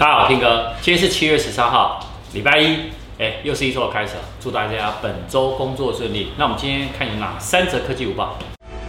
大家好，听哥，今天是7月13号，礼拜一，又是一周的开始了，祝大家本周工作顺利。那我们今天看有哪3则科技午报。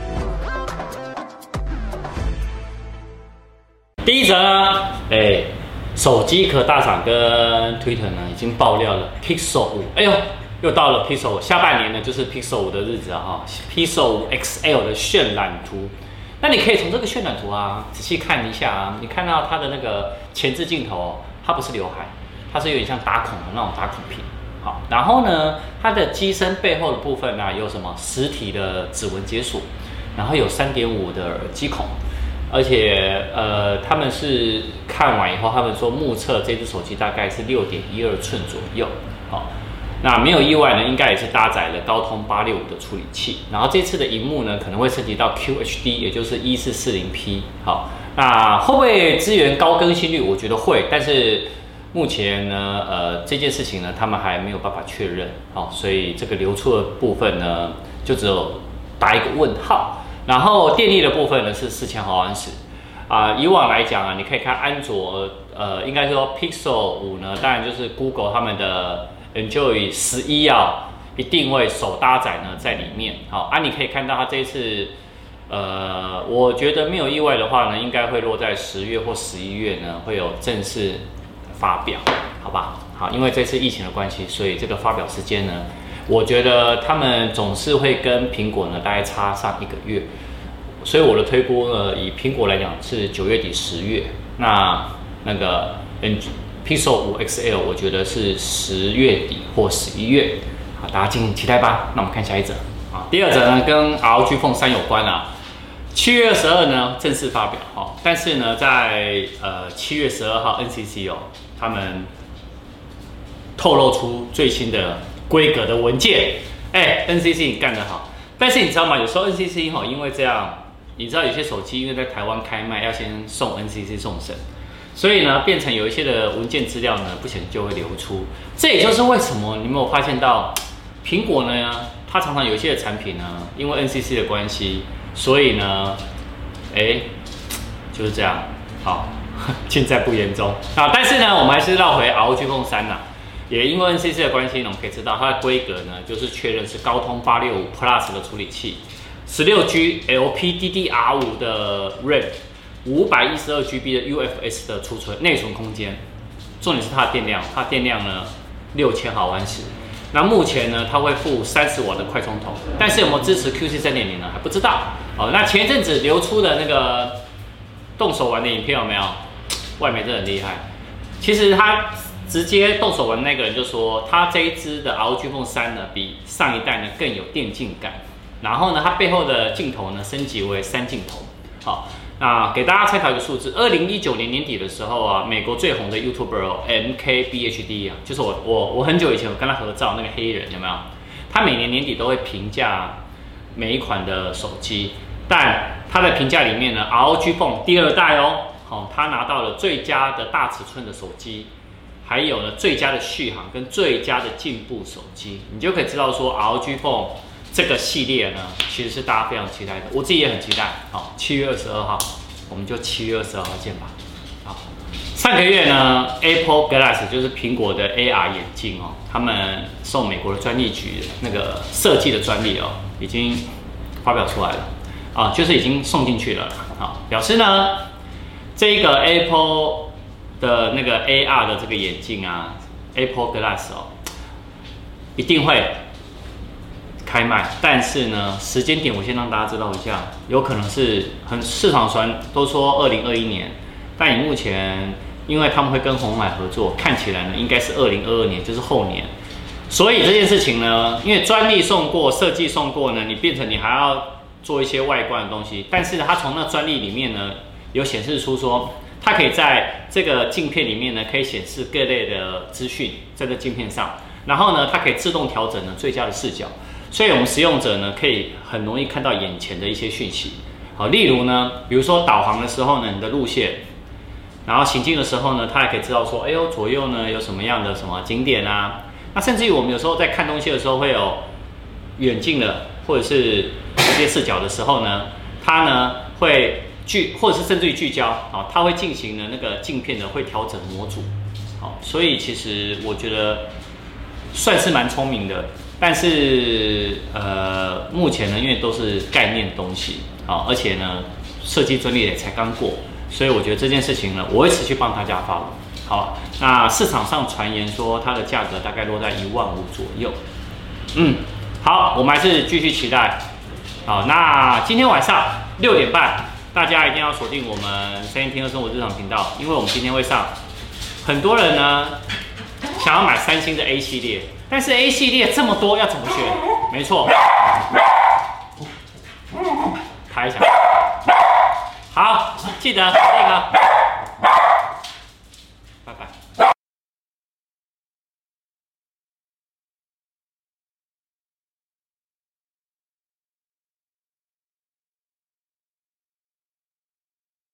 第一则呢，手机壳大厂跟 Twitter 呢已经爆料了 Pixel 5，又到了 Pixel 5，下半年呢就是 Pixel 5的日子了哈。Pixel 5 XL 的渲染图，那你可以从这个渲染图啊仔细看一下啊，你看到它的那个前置镜头，它不是刘海，它是有点像打孔的那种打孔屏。好，然后呢，它的机身背后的部分呢有什么实体的指纹解锁，然后有3.5的耳机孔。而且他们是看完以后，他们说目测这只手机大概是6.12寸左右。好，那没有意外呢，应该也是搭载了高通865的处理器。然后这次的萤幕呢，可能会升级到 QHD， 也就是 1440p。好，那会不会支援高更新率？我觉得会，但是目前呢，这件事情呢，他们还没有办法确认。好，所以这个流出的部分呢，就只有打一个问号。然后电力的部分呢是4000毫安时以往来讲啊，你可以看安卓，应该说 Pixel 5呢，当然就是 Google 他们的 Enjoy 11一定会首搭载呢在里面。好你可以看到它这一次，我觉得没有意外的话呢，应该会落在10月或11月呢会有正式发表，好吧？好，因为这次疫情的关系，所以这个发表时间呢，我觉得他们总是会跟苹果呢大概差上1个月，所以我的推估呢，以苹果来讲是9月底10月，那个 Pixel 5 XL 我觉得是10月底或11月，好，大家敬请期待吧。那我们看下一则第二则呢跟 ROG Phone 3有关7月22呢正式发表但是呢在7月12号 NCC 他们透露出最新的规格的文件，NCC 你干得好，但是你知道吗？有时候 NCC 因为这样，你知道有些手机因为在台湾开卖要先送 NCC 送审，所以呢变成有一些的文件资料呢不小心就会流出。这也就是为什么你没有发现到苹果呢，它常常有一些的产品呢，因为 NCC 的关系，所以呢，就是这样。好，尽在不言中但是呢，我们还是绕回 ROG Phone 3也因为 NCC 的关系呢，我们可以知道它的规格呢，就是确认是高通865 Plus 的处理器，16G LPDDR5 的 RAM，512GB 的 UFS 的内存空间。重点是它的电量，它的电量呢6000毫安时。那目前呢，它会附30瓦的快充头，但是有没有支持 QC 3.0呢？还不知道。那前一阵子流出的那个动手玩的影片有没有？外媒真的很厉害。其实它直接动手玩那个人就说，他这一支的 ROG Phone 3呢，比上一代呢更有电竞感。然后呢，它背后的镜头呢升级为3镜头。好，那给大家参考一个数字，2019年年底的时候美国最红的 YouTuber MKBHD 就是我很久以前有跟他合照那个黑人有没有？他每年年底都会评价每一款的手机，但他的评价里面呢 ，ROG Phone 第2代他拿到了最佳的大尺寸的手机。还有呢，最佳的续航跟最佳的进步手机，你就可以知道说 ROG Phone 这个系列呢，其实是大家非常期待的，我自己也很期待。好，7月22号，我们就7月22号见吧。好，上个月呢 ，Apple Glass 就是苹果的 AR 眼镜他们受美国的专利局那个设计的专利已经发表出来了就是已经送进去了。好，表示呢，这个 Apple的那个 AR 的这个眼镜Apple Glass 一定会开卖，但是呢，时间点我先让大家知道一下，有可能是市场传都说2021年，但以目前，因为他们会跟鸿海合作，看起来呢应该是2022年，就是后年。所以这件事情呢，因为专利送过、设计送过呢，你变成你还要做一些外观的东西，但是呢，它从那专利里面呢，有显示出说。它可以在这个镜片里面呢，可以显示各类的资讯在这镜片上，然后呢，它可以自动调整呢最佳的视角，所以我们使用者呢可以很容易看到眼前的一些讯息。好，例如呢，比如说导航的时候呢，你的路线，然后行进的时候呢，它还可以知道说，左右呢有什么样的什么景点那甚至于我们有时候在看东西的时候会有远近的或者是一些视角的时候呢，它呢会或者是甚至于聚焦，好，它会进行呢那个镜片的会调整模组，好，所以其实我觉得算是蛮聪明的，但是目前呢，因为都是概念东西，好，而且呢设计专利也才刚过，所以我觉得这件事情呢，我会持续帮大家发。好，那市场上传言说它的价格大概落在15000左右，好，我们还是继续期待。好，那今天晚上6点半，大家一定要锁定我们3天2生活日常频道，因为我们今天会上。很多人呢想要买三星的 A 系列，但是 A 系列这么多要怎么选？没错，拍一下。好，记得这个。